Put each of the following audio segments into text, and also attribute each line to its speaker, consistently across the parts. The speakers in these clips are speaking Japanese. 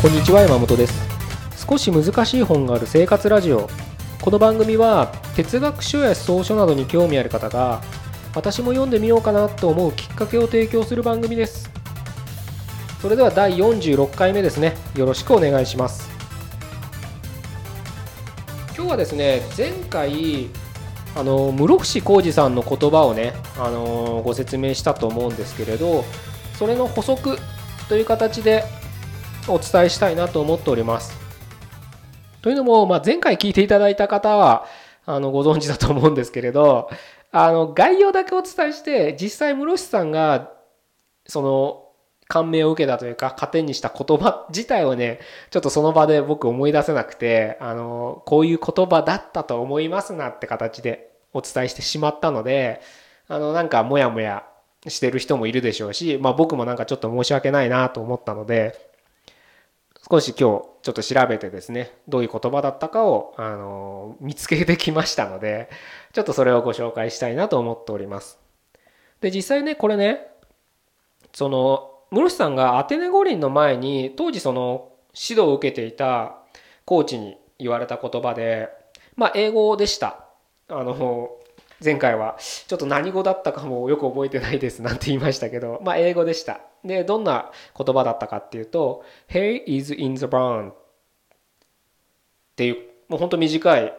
Speaker 1: こんにちは、山本です。少し難しい本がある生活ラジオ。この番組は哲学書や草書などに興味ある方が私も読んでみようかなと思うきっかけを提供する番組です。それでは第46回目ですね。よろしくお願いします。今日はですね、前回室伏広治さんの言葉をね、ご説明したと思うんですけれど、それの補足という形でお伝えしたいなと思っております。というのも、前回聞いていただいた方はご存知だと思うんですけれど、概要だけお伝えして、実際室伏さんがその感銘を受けたというか糧にした言葉自体をね、ちょっとその場で僕思い出せなくて、こういう言葉だったと思いますなって形でお伝えしてしまったので、なんかモヤモヤしてる人もいるでしょうし、僕もなんかちょっと申し訳ないなと思ったので、少し今日ちょっと調べてですね、どういう言葉だったかを見つけてきましたので、ちょっとそれをご紹介したいなと思っております。で、実際ね、これね、その室伏さんがアテネ五輪の前に当時その指導を受けていたコーチに言われた言葉で、英語でした。前回はちょっと何語だったかもよく覚えてないですなんて言いましたけど、英語でした。で、どんな言葉だったかっていうと、Hey is in the barn っていう、もう本当短い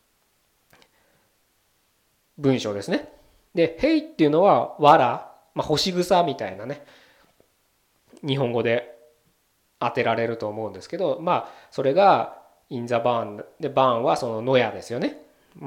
Speaker 1: 文章ですね。で、Hey っていうのはわら、干し草みたいなね、日本語で当てられると思うんですけど、それが in the barn で、barn はその野屋ですよね。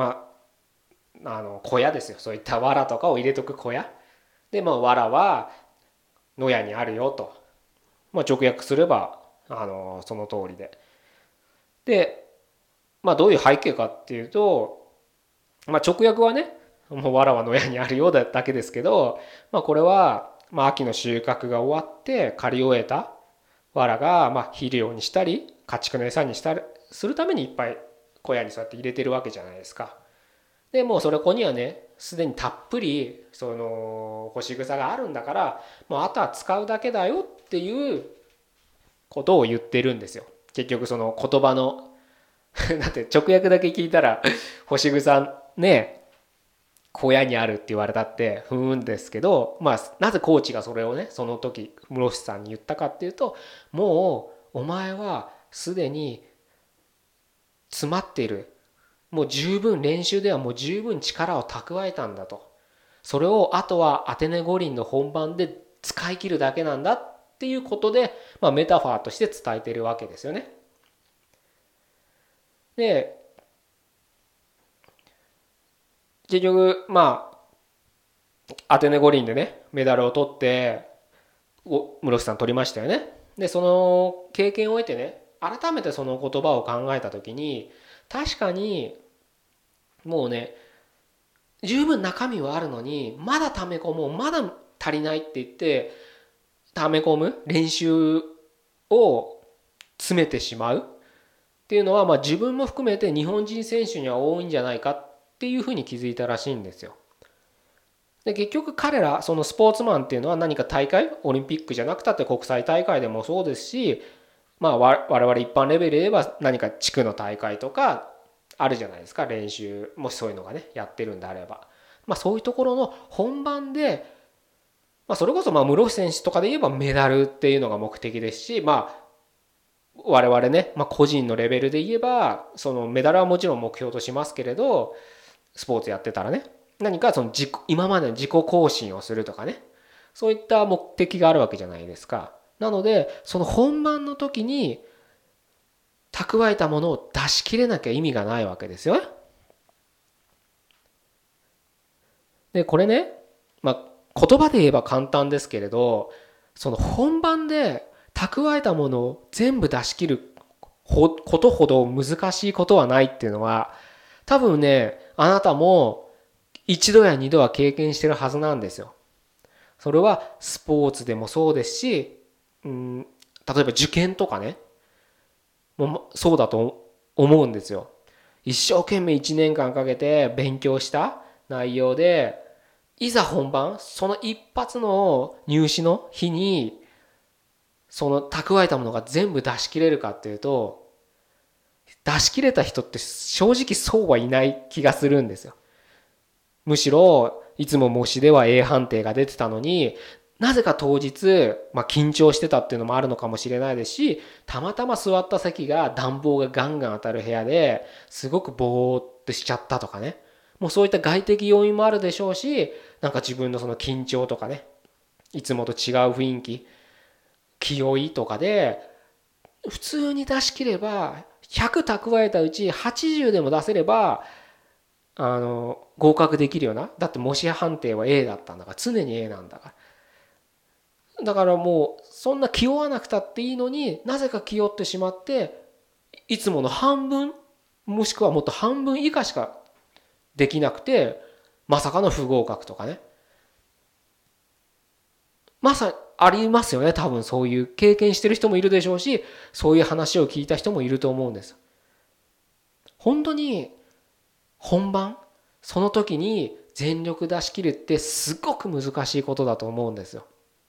Speaker 1: 小屋ですよ。そういった藁とかを入れとく小屋で、藁は野屋にあるよと、直訳すればその通りで、どういう背景かっていうと、直訳はね、もう藁は野屋にあるよだけですけど、これは秋の収穫が終わって刈り終えた藁が肥料にしたり家畜の餌にしたりするためにいっぱい小屋にそうやって入れてるわけじゃないですか。でもうそれこにはね、すでにたっぷりその干し草があるんだから、もうあとは使うだけだよっていうことを言ってるんですよ。結局その言葉のだって直訳だけ聞いたら干し草ね、小屋にあるって言われたってふーんですけど、なぜコーチがそれをね、その時室伏さんに言ったかっていうと、もうお前はすでに詰まっている、もう十分練習ではもう十分力を蓄えたんだと、それをあとはアテネ五輪の本番で使い切るだけなんだっていうことで、メタファーとして伝えているわけですよね。で、結局アテネ五輪でねメダルを取って室伏さん取りましたよね。でその経験を得てね、改めてその言葉を考えた時に、確かにもうね、十分中身はあるのにまだ溜め込もう、まだ足りないって言って溜め込む練習を詰めてしまうっていうのは、自分も含めて日本人選手には多いんじゃないかっていうふうに気づいたらしいんですよ。で結局彼らそのスポーツマンっていうのは何か大会、オリンピックじゃなくたって国際大会でもそうですし、我々一般レベルで言えば何か地区の大会とかあるじゃないですか、練習、もしそういうのがねやってるんであれば、そういうところの本番で、それこそ室伏選手とかで言えばメダルっていうのが目的ですし、我々ね、個人のレベルで言えばそのメダルはもちろん目標としますけれど、スポーツやってたらね、何かその今までの自己更新をするとかね、そういった目的があるわけじゃないですか。なのでその本番の時に蓄えたものを出し切れなきゃ意味がないわけですよ。でこれね、言葉で言えば簡単ですけれど、その本番で蓄えたものを全部出し切ることほど難しいことはないっていうのは、多分ね、あなたも一度や二度は経験してるはずなんですよ。それはスポーツでもそうですし、例えば受験とかね、もうそうだと思うんですよ。一生懸命1年間かけて勉強した内容で、いざ本番、その一発の入試の日にその蓄えたものが全部出し切れるかっていうと、出し切れた人って正直そうはいない気がするんですよ。むしろいつも模試では A 判定が出てたのに、なぜか当日、緊張してたっていうのもあるのかもしれないですし、たまたま座った席が暖房がガンガン当たる部屋ですごくぼーっとしちゃったとかね、もうそういった外的要因もあるでしょうし、なんか自分のその緊張とかね、いつもと違う雰囲気、気負いとかで普通に出し切れば、100蓄えたうち80でも出せれば合格できるよな。だって模試判定は A だったんだから、常に A なんだから。だからもうそんな気負わなくたっていいのに、なぜか気負ってしまって、いつもの半分もしくはもっと半分以下しかできなくて、まさかの不合格とかね。ありますよね。多分そういう経験してる人もいるでしょうし、そういう話を聞いた人もいると思うんです。本当に本番、その時に全力出し切るってすごく難しいことだと思うんですよ。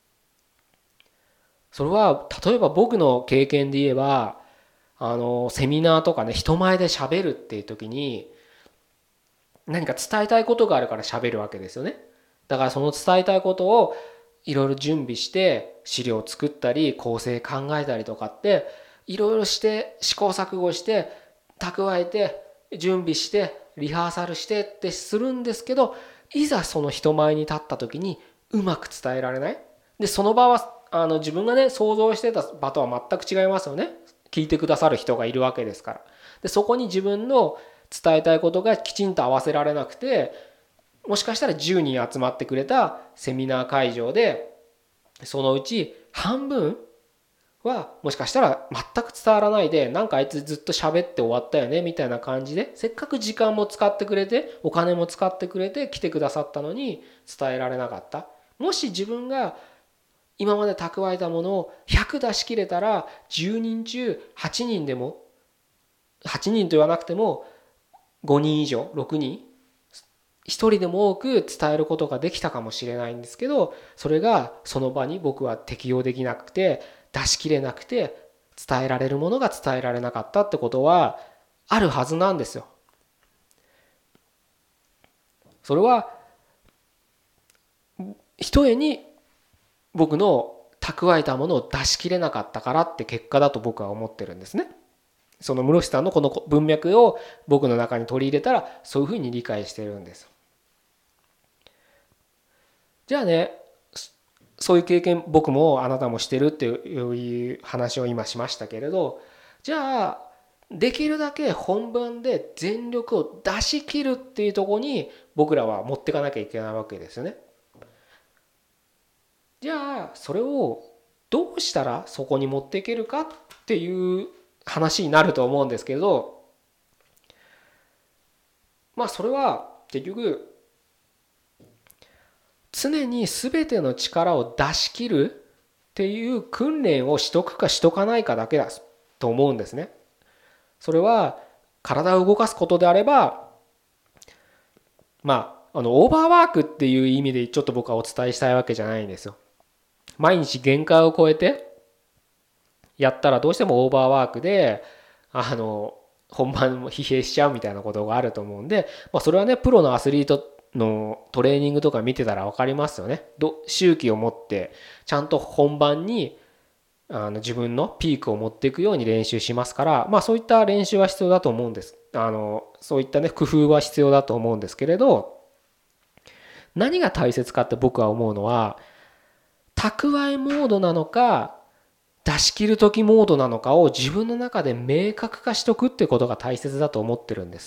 Speaker 1: それは例えば僕の経験で言えば、セミナーとかね、人前で喋るっていう時に何か伝えたいことがあるから喋るわけですよね。だからその伝えたいことをいろいろ準備して資料を作ったり構成考えたりとかっていろいろして試行錯誤して蓄えて準備してリハーサルしてってするんですけど、いざその人前に立った時にうまく伝えられない。でその場は自分がね想像してた場とは全く違いますよね。聞いてくださる人がいるわけですから。でそこに自分の伝えたいことがきちんと合わせられなくて、もしかしたら10人集まってくれたセミナー会場でそのうち半分はもしかしたら全く伝わらないで、なんかあいつずっと喋って終わったよねみたいな感じで、せっかく時間も使ってくれてお金も使ってくれて来てくださったのに伝えられなかった。もし自分が今まで蓄えたものを100出し切れたら、10人中8人でも、8人と言わなくても5人以上6人一人でも多く伝えることができたかもしれないんですけど、それがその場に僕は適用できなくて、出し切れなくて、伝えられるものが伝えられなかったってことはあるはずなんですよ。それはひとえに僕の蓄えたものを出し切れなかったからって結果だと僕は思ってるんですね。その室伏さんのこの文脈を僕の中に取り入れたらそういうふうに理解してるんです。じゃあね、そういう経験僕もあなたもしてるっていう話を今しましたけれど、じゃあできるだけ本番で全力を出し切るっていうところに僕らは持っていかなきゃいけないわけですよね。じゃあそれをどうしたらそこに持っていけるかっていう話になると思うんですけど、それは結局常に全ての力を出し切るっていう訓練をしとくかしとかないかだけだと思うんですね。それは体を動かすことであれば、オーバーワークっていう意味でちょっと僕はお伝えしたいわけじゃないんですよ。毎日限界を超えてやったらどうしてもオーバーワークで本番も疲弊しちゃうみたいなことがあると思うんで、それはねプロのアスリートのトレーニングとか見てたら分かりますよね。周期を持ってちゃんと本番に自分のピークを持っていくように練習しますから、そういった練習は必要だと思うんです。そういったね工夫は必要だと思うんですけれど、何が大切かって僕は思うのは、蓄えモードなのか出し切る時モードなのかを自分の中で明確化しとくってことが大切だと思ってるんです。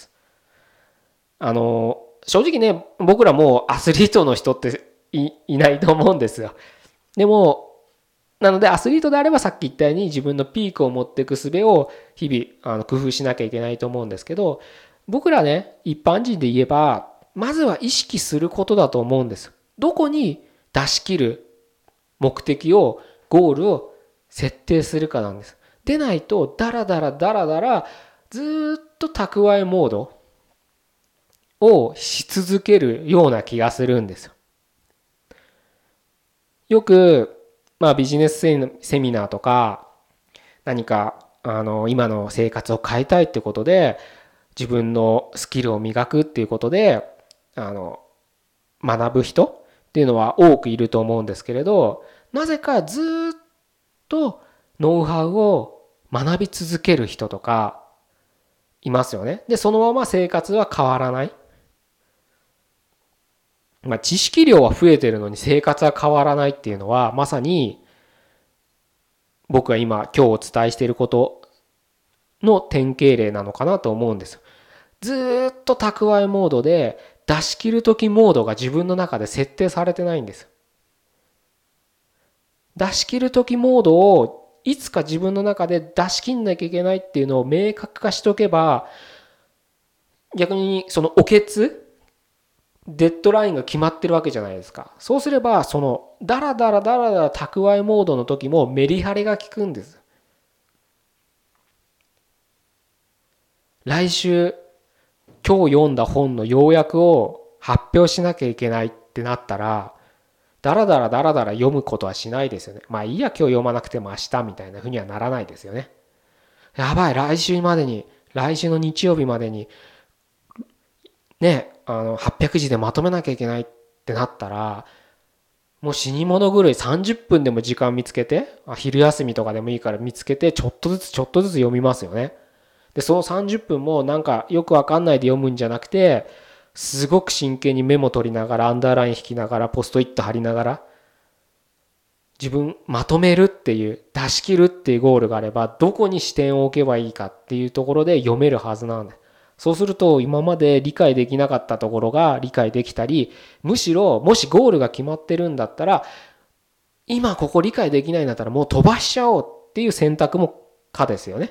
Speaker 1: 正直ね僕らもアスリートの人っていないと思うんですよ。でもなのでアスリートであればさっき言ったように自分のピークを持っていく術を日々工夫しなきゃいけないと思うんですけど、僕らね一般人で言えばまずは意識することだと思うんです。どこに出し切る目的をゴールを設定するかなんです。でないとダラダラダラダラずっと蓄えモードをし続けるような気がするんですよ。よくまあビジネスセミナーとか何か今の生活を変えたいってことで自分のスキルを磨くっていうことで学ぶ人っていうのは多くいると思うんですけれど、なぜかずっとノウハウを学び続ける人とかいますよね。でそのまま生活は変わらない。まあ、知識量は増えてるのに生活は変わらないっていうのはまさに僕が今日お伝えしていることの典型例なのかなと思うんですよ。ずっと蓄えモードで出し切る時モードが自分の中で設定されてないんです。出し切る時モードをいつか自分の中で出し切んなきゃいけないっていうのを明確化しておけば、逆にそのおけつデッドラインが決まってるわけじゃないですか。そうすればそのダラダラダラダラ蓄えモードの時もメリハリが効くんです。来週今日読んだ本の要約を発表しなきゃいけないってなったらダラダラダラダラ読むことはしないですよね。まあいいや今日読まなくても明日みたいなふうにはならないですよね。やばい来週の日曜日までにね800字でまとめなきゃいけないってなったらもう死に物狂い30分でも時間見つけて昼休みとかでもいいから見つけてちょっとずつ読みますよね。でその30分もなんかよくわかんないで読むんじゃなくてすごく真剣にメモ取りながらアンダーライン引きながらポストイット貼りながら自分まとめるっていう出し切るっていうゴールがあればどこに視点を置けばいいかっていうところで読めるはずなんだ。そうすると今まで理解できなかったところが理解できたり、むしろもしゴールが決まってるんだったら今ここ理解できないんだったらもう飛ばしちゃおうっていう選択も可ですよね。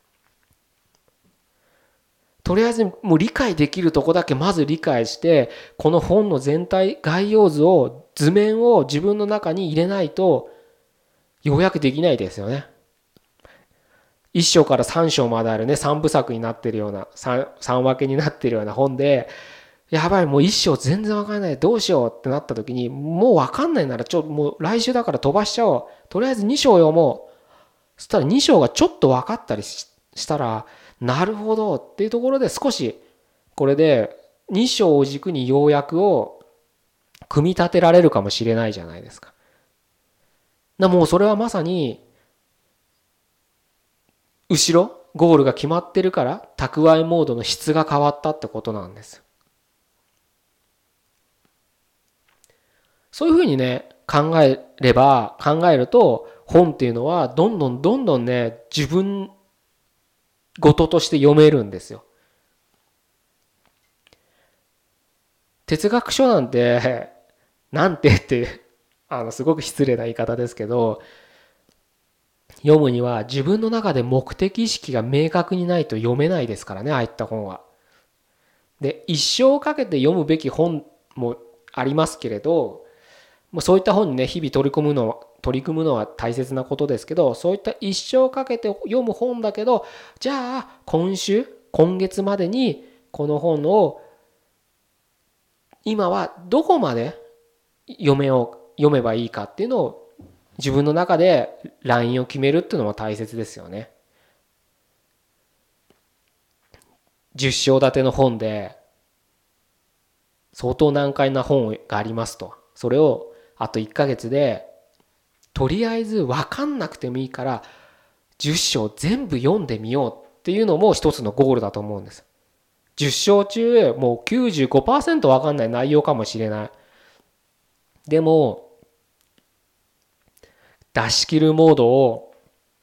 Speaker 1: とりあえずもう理解できるとこだけまず理解してこの本の全体概要図を図面を自分の中に入れないと要約できないですよね。1章から3章まであるね3部作になってるような 3分けになってるような本でやばいもう1章全然分からないどうしようってなった時にもう分かんないならもう来週だから飛ばしちゃおうとりあえず2章読もうそしたら2章がちょっと分かったりしたらなるほどっていうところで少しこれで2章を軸に要約を組み立てられるかもしれないじゃないですか。もうそれはまさに後ろゴールが決まってるから蓄えモードの質が変わったってことなんです。そういうふうにね考えると本っていうのはどんどんね自分事として読めるんですよ。哲学書なんてってすごく失礼な言い方ですけど読むには自分の中で目的意識が明確にないと読めないですからねああいった本は。で一生かけて読むべき本もありますけれどもうそういった本にね日々取り組むのは大切なことですけどそういった一生かけて読む本だけどじゃあ今月までにこの本を今はどこまで読めばいいかっていうのを自分の中でラインを決めるっていうのも大切ですよね。10章立ての本で相当難解な本がありますとそれをあと1ヶ月でとりあえず分かんなくてもいいから10章全部読んでみようっていうのも一つのゴールだと思うんです。10章中もう 95% 分かんない内容かもしれない。でも出し切るモードを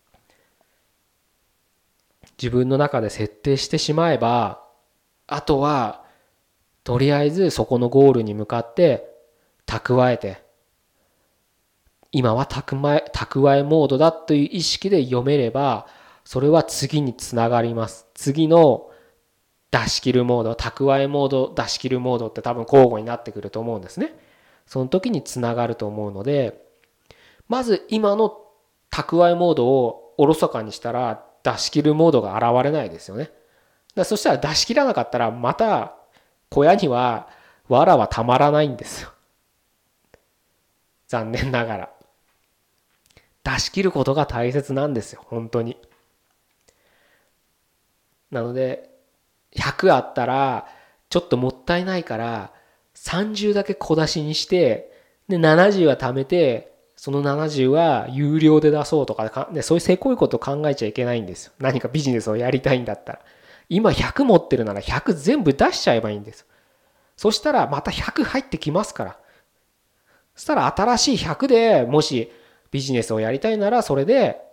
Speaker 1: 自分の中で設定してしまえばあとはとりあえずそこのゴールに向かって蓄えて今は蓄えモードだという意識で読めればそれは次につながります。次の出し切るモード蓄えモード出し切るモードって多分交互になってくると思うんですね。その時につながると思うのでまず今の蓄えモードをおろそかにしたら出し切るモードが現れないですよね。そしたら出し切らなかったらまた小屋には藁はたまらないんですよ。残念ながら。 出し切ることが大切なんですよ、本当に。なので100あったらちょっともったいないから30だけ小出しにして、で70は貯めて、その70は有料で出そうとかで、そういうせこいことを考えちゃいけないんですよ。何かビジネスをやりたいんだったら。今100持ってるなら100全部出しちゃえばいいんです。そしたらまた100入ってきますから。そしたら新しい100でもしビジネスをやりたいなら、それで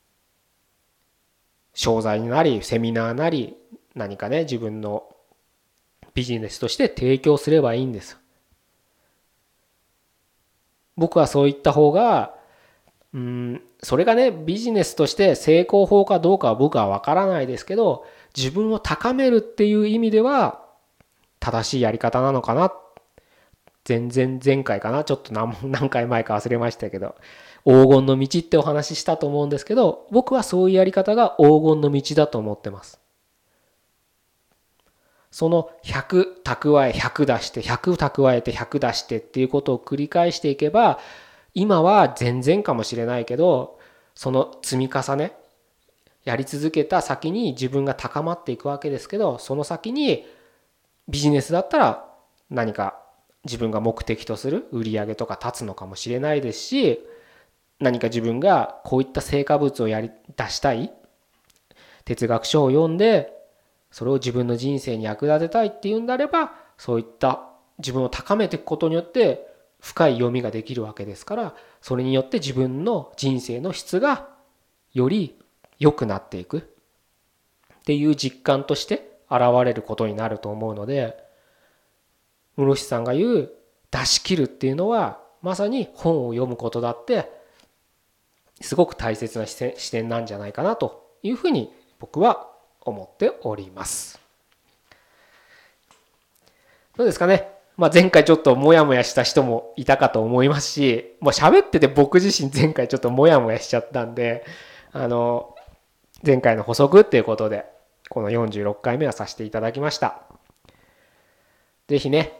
Speaker 1: 商材になりセミナーなり何かね、自分のビジネスとして提供すればいいんです。僕はそういった方が、それがねビジネスとして成功法かどうかは僕は分からないですけど、自分を高めるっていう意味では正しいやり方なのかな。前回かな、ちょっと何回前か忘れましたけど、黄金の道ってお話ししたと思うんですけど、僕はそういうやり方が黄金の道だと思ってます。その100蓄え100出して100蓄えて100出してっていうことを繰り返していけば、今は全然かもしれないけど、その積み重ねやり続けた先に自分が高まっていくわけですけど、その先にビジネスだったら何か自分が目的とする売り上げとか立つのかもしれないですし、何か自分がこういった成果物を出したい、哲学書を読んでそれを自分の人生に役立てたいっていうんであれば、そういった自分を高めていくことによって深い読みができるわけですから、それによって自分の人生の質がより良くなっていくっていう実感として現れることになると思うので、室伏さんが言う出し切るっていうのはまさに本を読むことだってすごく大切な視点なんじゃないかなというふうに僕は思っております。どうですかね。前回ちょっとモヤモヤした人もいたかと思いますし、もう喋ってて僕自身前回ちょっとモヤモヤしちゃったんで、前回の補足っていうことでこの46回目はさせていただきました。ぜひね、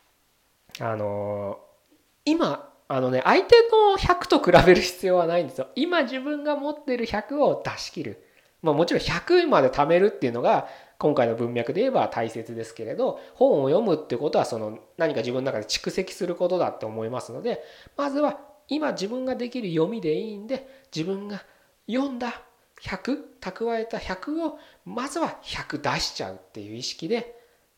Speaker 1: 今相手の100と比べる必要はないんですよ。今自分が持ってる100を出し切る。もちろん100まで貯めるっていうのが今回の文脈で言えば大切ですけれど、本を読むってことはその何か自分の中で蓄積することだって思いますので、まずは今自分ができる読みでいいんで、自分が読んだ100、蓄えた100をまずは100出しちゃうっていう意識で、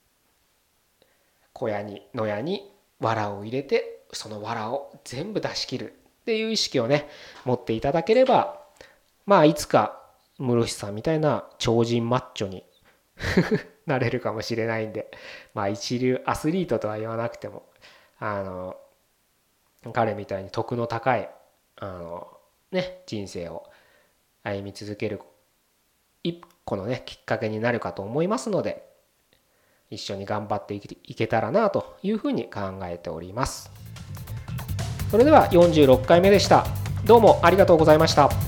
Speaker 1: 小屋に野屋に藁を入れて、その藁を全部出し切るっていう意識をね持っていただければ、いつか室伏さんみたいな超人マッチョになれるかもしれないんで、一流アスリートとは言わなくても彼みたいに徳の高い人生を歩み続ける一個のねきっかけになるかと思いますので、一緒に頑張っていけたらなというふうに考えております。それでは46回目でした。どうもありがとうございました。